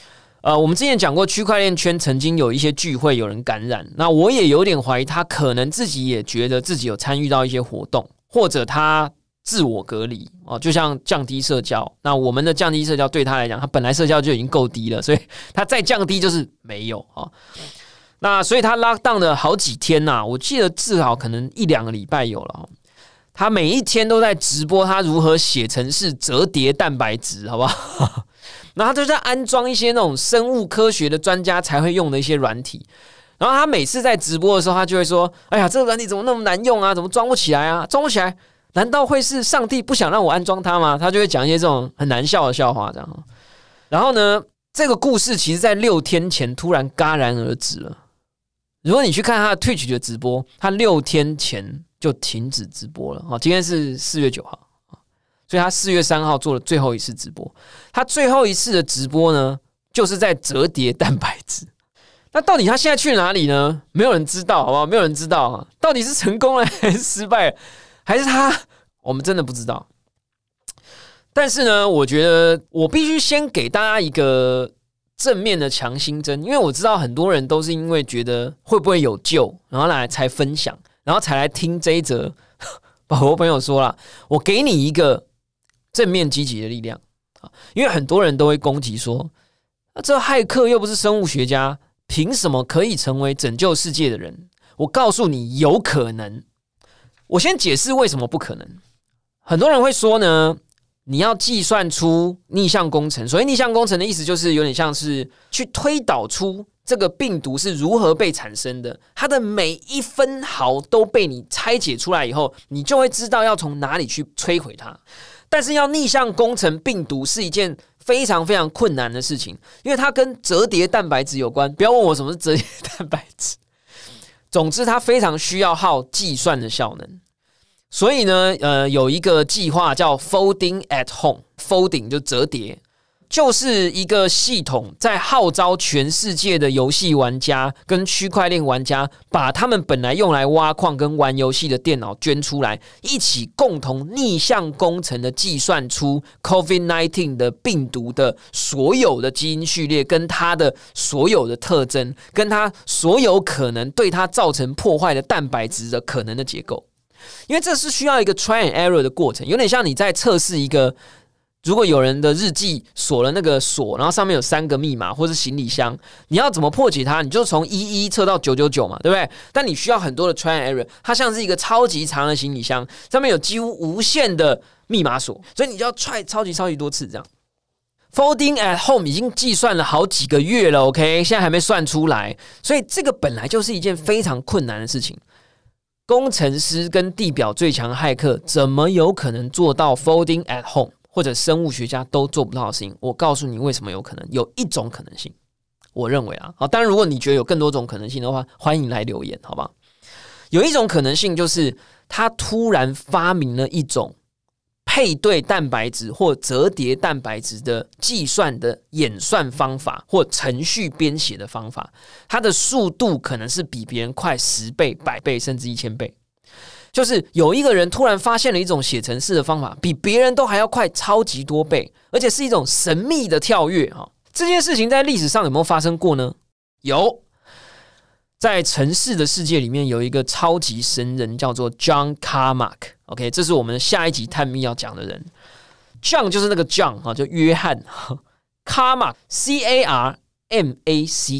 呃，我们之前讲过，区块链圈曾经有一些聚会有人感染，那我也有点怀疑他可能自己也觉得自己有参与到一些活动，或者他自我隔离哦，就像降低社交。那我们的降低社交对他来讲，他本来社交就已经够低了，所以他再降低就是没有啊。那所以他 lock down 了好几天呐、啊，我记得至少可能一两个礼拜有了。他每一天都在直播他如何写程式折叠蛋白质，好不好？然后他就在安装一些那种生物科学的专家才会用的一些软体。然后他每次在直播的时候，他就会说：“哎呀，这个软体怎么那么难用啊？怎么装不起来啊？装不起来，难道会是上帝不想让我安装它吗？”他就会讲一些这种很难笑的笑话，这样。然后呢，这个故事其实在六天前突然戛然而止了。如果你去看他的 Twitch 的直播，他六天前就停止直播了。今天是四月九号。所以他四月三号做了最后一次直播，他最后一次的直播呢，就是在折叠蛋白质。那到底他现在去哪里呢？没有人知道，好不好？没有人知道啊，到底是成功了还是失败了，还是他？我们真的不知道。但是呢，我觉得我必须先给大家一个正面的强心针，因为我知道很多人都是因为觉得会不会有救，然后来才分享，然后才来听这一则。宝宝朋友说了，我给你一个正面积极的力量，因为很多人都会攻击说，这骇客又不是生物学家，凭什么可以成为拯救世界的人？我告诉你，有可能。我先解释为什么不可能。很多人会说呢，你要计算出逆向工程。所谓逆向工程的意思，就是有点像是去推导出这个病毒是如何被产生的，它的每一分毫都被你拆解出来以后，你就会知道要从哪里去摧毁它。但是要逆向工程病毒是一件非常非常困难的事情，因为它跟折叠蛋白质有关。不要问我什么是折叠蛋白质，总之它非常需要耗计算的效能。所以呢，呃，有一个计划叫 Folding at Home，Folding 就折叠，就是一个系统在号召全世界的游戏玩家跟区块链玩家，把他们本来用来挖矿跟玩游戏的电脑捐出来，一起共同逆向工程的计算出 COVID 十九 的病毒的所有的基因序列，跟它的所有的特征，跟它所有可能对它造成破坏的蛋白质的可能的结构。因为这是需要一个 try and error 的过程，有点像你在测试一个，如果有人的日记锁了那个锁，然后上面有三个密码或是行李箱，你要怎么破解它？你就从一一测到九九九嘛，对不对？但你需要很多的 try and error， 它像是一个超级长的行李箱，上面有几乎无限的密码锁，所以你就要 try 超级超级多次这样。Folding at Home 已经计算了好几个月了 ，OK， 现在还没算出来，所以这个本来就是一件非常困难的事情。工程师跟地表最强骇客怎么有可能做到 Folding at Home？ 或者生物学家都做不到的事情？我告诉你为什么有可能，有一种可能性，我认为啊，好，当然如果你觉得有更多种可能性的话，欢迎来留言，好吧？有一种可能性就是他突然发明了一种配对蛋白质或折叠蛋白质的计算的演算方法或程序编写的方法，它的速度可能是比别人快十倍、百倍甚至一千倍。就是有一个人突然发现了一种写程式的方法，比别人都还要快超级多倍，而且是一种神秘的跳跃。这件事情在历史上有没有发生过呢？有，在程式的世界里面有一个超级神人叫做 John Carmack。OK， 这是我们下一集探秘要讲的人。John 就是那个 John 就约翰 ，Carmack C A R M A C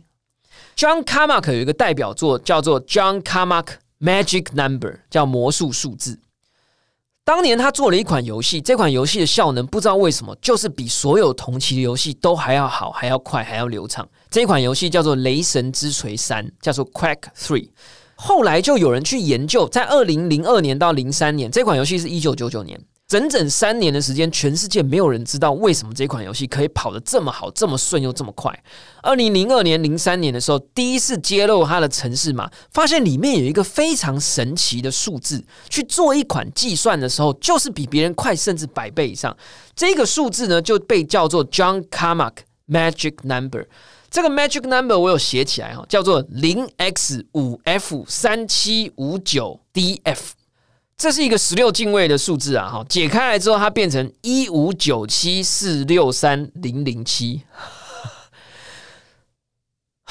K。John Carmack 有一个代表作叫做 John Carmack。Magic Number 叫魔术数字。当年他做了一款游戏，这款游戏的效能不知道为什么就是比所有同期的游戏都还要好，还要快，还要流畅。这款游戏叫做《雷神之锤三》，叫做 Quake 三。后来就有人去研究，在二零零二年到零三年，这款游戏是一九九九年，整整三年的时间，全世界没有人知道为什么这款游戏可以跑得这么好、这么顺又这么快。二零零二年、零三年的时候，第一次揭露它的程式码，发现里面有一个非常神奇的数字，去做一款计算的时候，就是比别人快，甚至百倍以上。这个数字呢，就被叫做 John Carmack Magic Number。这个 Magic Number 我有写起来，叫做 零 X 五 F 三七五九 D F。这是一个十六进位的数字啊，解开来之后，它变成一五九七四六三零零七。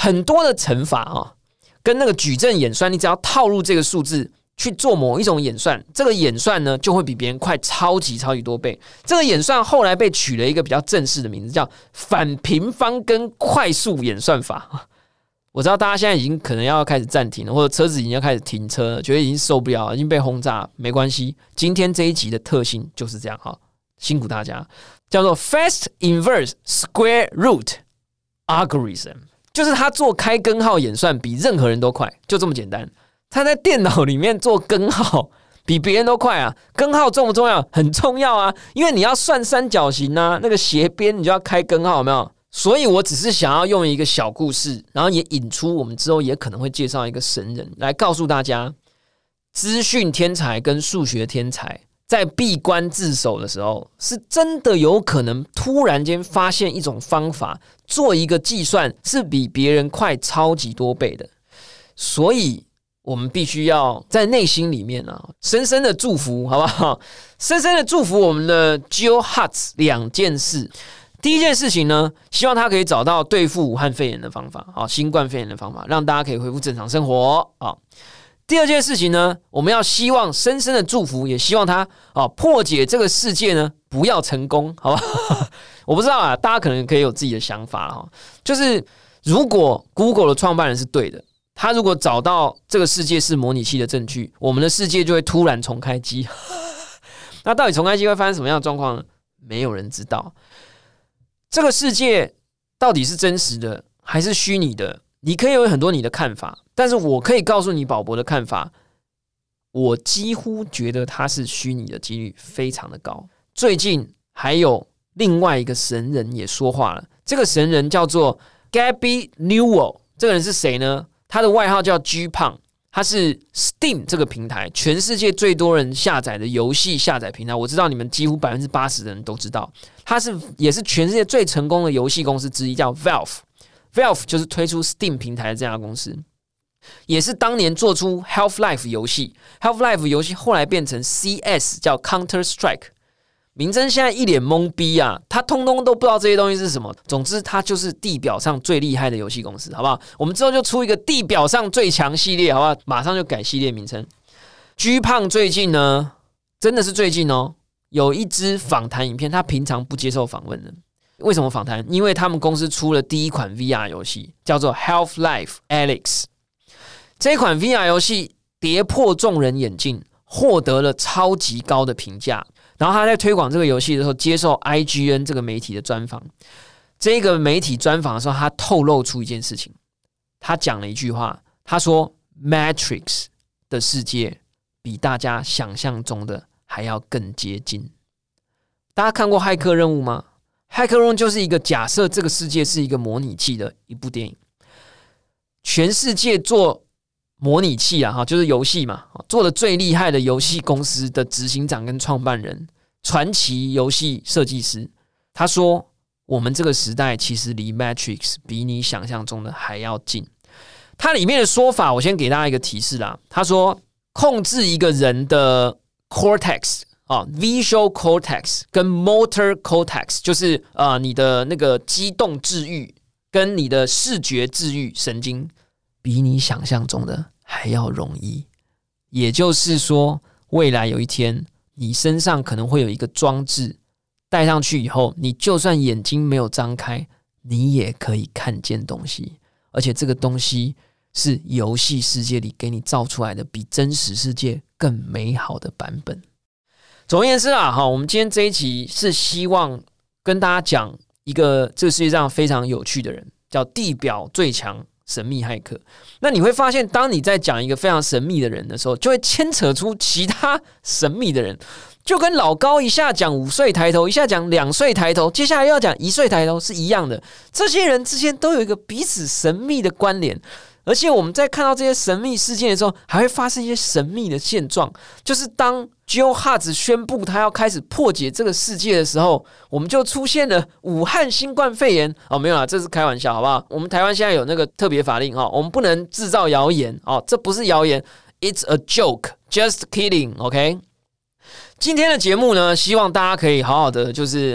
很多的乘法啊，跟那个矩阵演算，你只要套入这个数字去做某一种演算，这个演算呢就会比别人快超级超级多倍。这个演算后来被取了一个比较正式的名字，叫反平方根快速演算法。我知道大家现在已经可能要开始暂停了，或者车子已经要开始停车了，觉得已经受不了了，已经被轰炸了。没关系，今天这一集的特性就是这样哈，辛苦大家。叫做 Fast Inverse Square Root Algorithm， 就是他做开根号演算比任何人都快，就这么简单。他在电脑里面做根号比别人都快啊！根号重不重要？很重要啊！因为你要算三角形啊，那个斜边你就要开根号，有没有？所以我只是想要用一个小故事，然后也引出我们之后也可能会介绍一个神人来告诉大家，资讯天才跟数学天才在闭关自守的时候，是真的有可能突然间发现一种方法，做一个计算是比别人快超级多倍的。所以我们必须要在内心里面啊，深深的祝福，好不好？深深的祝福我们的 Geo Hutz 两件事。第一件事情呢，希望他可以找到对付武汉肺炎的方法，好，新冠肺炎的方法，让大家可以恢复正常生活。好，第二件事情呢，我们要希望深深的祝福，也希望他啊破解这个世界呢不要成功，好吧？我不知道啊，大家可能可以有自己的想法哈。就是如果 Google 的创办人是对的，他如果找到这个世界是模拟器的证据，我们的世界就会突然重开机。那到底重开机会发生什么样的状况呢？没有人知道。这个世界到底是真实的还是虚拟的？你可以有很多你的看法，但是我可以告诉你宝博的看法，我几乎觉得它是虚拟的几率非常的高。最近还有另外一个神人也说话了，这个神人叫做 Gaby Newell， 这个人是谁呢？他的外号叫 G 胖，他是 Steam 这个平台全世界最多人下载的游戏下载平台。我知道你们几乎 百分之八十 的人都知道，他是也是全世界最成功的游戏公司之一，叫 Valve。Valve 就是推出 Steam 平台的这家公司，也是当年做出 Half-Life 游戏。Half-Life 游戏后来变成 C S， 叫 Counter-Strike。明真现在一脸懵逼啊，他通通都不知道这些东西是什么。总之，他就是地表上最厉害的游戏公司，好不好？我们之后就出一个地表上最强系列，好不好？马上就改系列名称。G 胖最近呢，真的是最近哦，有一支访谈影片，他平常不接受访问的。为什么访谈？因为他们公司出了第一款 V R 游戏，叫做 Half-Life Alyx。这款 V R 游戏跌破众人眼镜，获得了超级高的评价。然后他在推广这个游戏的时候，接受 I G N 这个媒体的专访。这个媒体专访的时候，他透露出一件事情，他讲了一句话，他说 Matrix 的世界比大家想象中的还要更接近。大家看过骇客任务吗？骇客任务就是一个假设这个世界是一个模拟器的一部电影，全世界做模拟器啊，就是游戏嘛，做的最厉害的游戏公司的执行长跟创办人，传奇游戏设计师，他说我们这个时代其实离 Matrix 比你想象中的还要近。他里面的说法，我先给大家一个提示啦。他说，控制一个人的 cortex 啊 ，visual cortex 跟 motor cortex， 就是呃你的那个机动治愈跟你的视觉治愈神经，比你想象中的还要容易。也就是说，未来有一天，你身上可能会有一个装置，戴上去以后，你就算眼睛没有张开，你也可以看见东西，而且这个东西是游戏世界里给你造出来的比真实世界更美好的版本。总而言之啦，我们今天这一集是希望跟大家讲一个这个世界上非常有趣的人，叫地表最强神秘骇客。那你会发现，当你在讲一个非常神秘的人的时候，就会牵扯出其他神秘的人，就跟老高一下讲五岁抬头，一下讲两岁抬头，接下来又要讲一岁抬头是一样的。这些人之间都有一个彼此神秘的关联，而且我们在看到这些神秘事件的时候，还会发生一些神秘的现状。就是当 Geo Hutz 宣布他要开始破解这个世界的时候，我们就出现了武汉新冠肺炎。哦，没有啦，这是开玩笑，好不好？我们台湾现在有那个特别法令，哦，我们不能制造谣言，哦，这不是谣言 ，It's a joke, just kidding, OK？ 今天的节目呢，希望大家可以好好的就是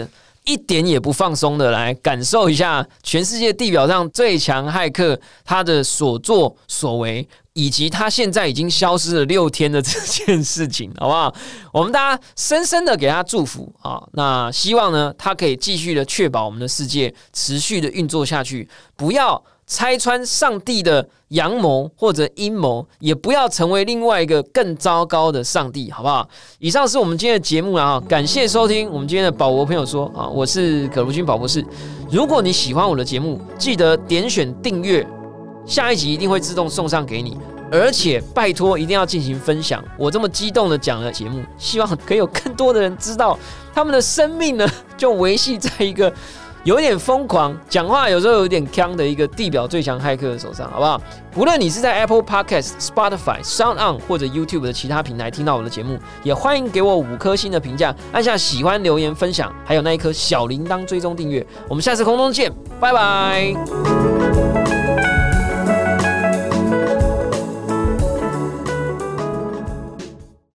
一点也不放松的来感受一下全世界地表上最强骇客他的所作所为，以及他现在已经消失了六天的这件事情，好不好？我们大家深深的给他祝福啊！那希望呢，他可以继续的确保我们的世界持续的运作下去，不要拆穿上帝的阳谋或者阴谋，也不要成为另外一个更糟糕的上帝，好不好？以上是我们今天的节目啊，感谢收听我们今天的宝博朋友说啊，我是葛如君宝博士。如果你喜欢我的节目，记得点选订阅，下一集一定会自动送上给你。而且拜托一定要进行分享，我这么激动的讲了节目，希望可以有更多的人知道，他们的生命呢就维系在一个有点疯狂、讲话有时候有点呛的一个地表最强骇客的手上，好不好？不论你是在 Apple Podcast、Spotify、SoundOn 或者 YouTube 的其他平台听到我的节目，也欢迎给我五颗星的评价，按下喜欢、留言、分享，还有那一颗小铃铛追踪订阅。我们下次空中见，拜拜。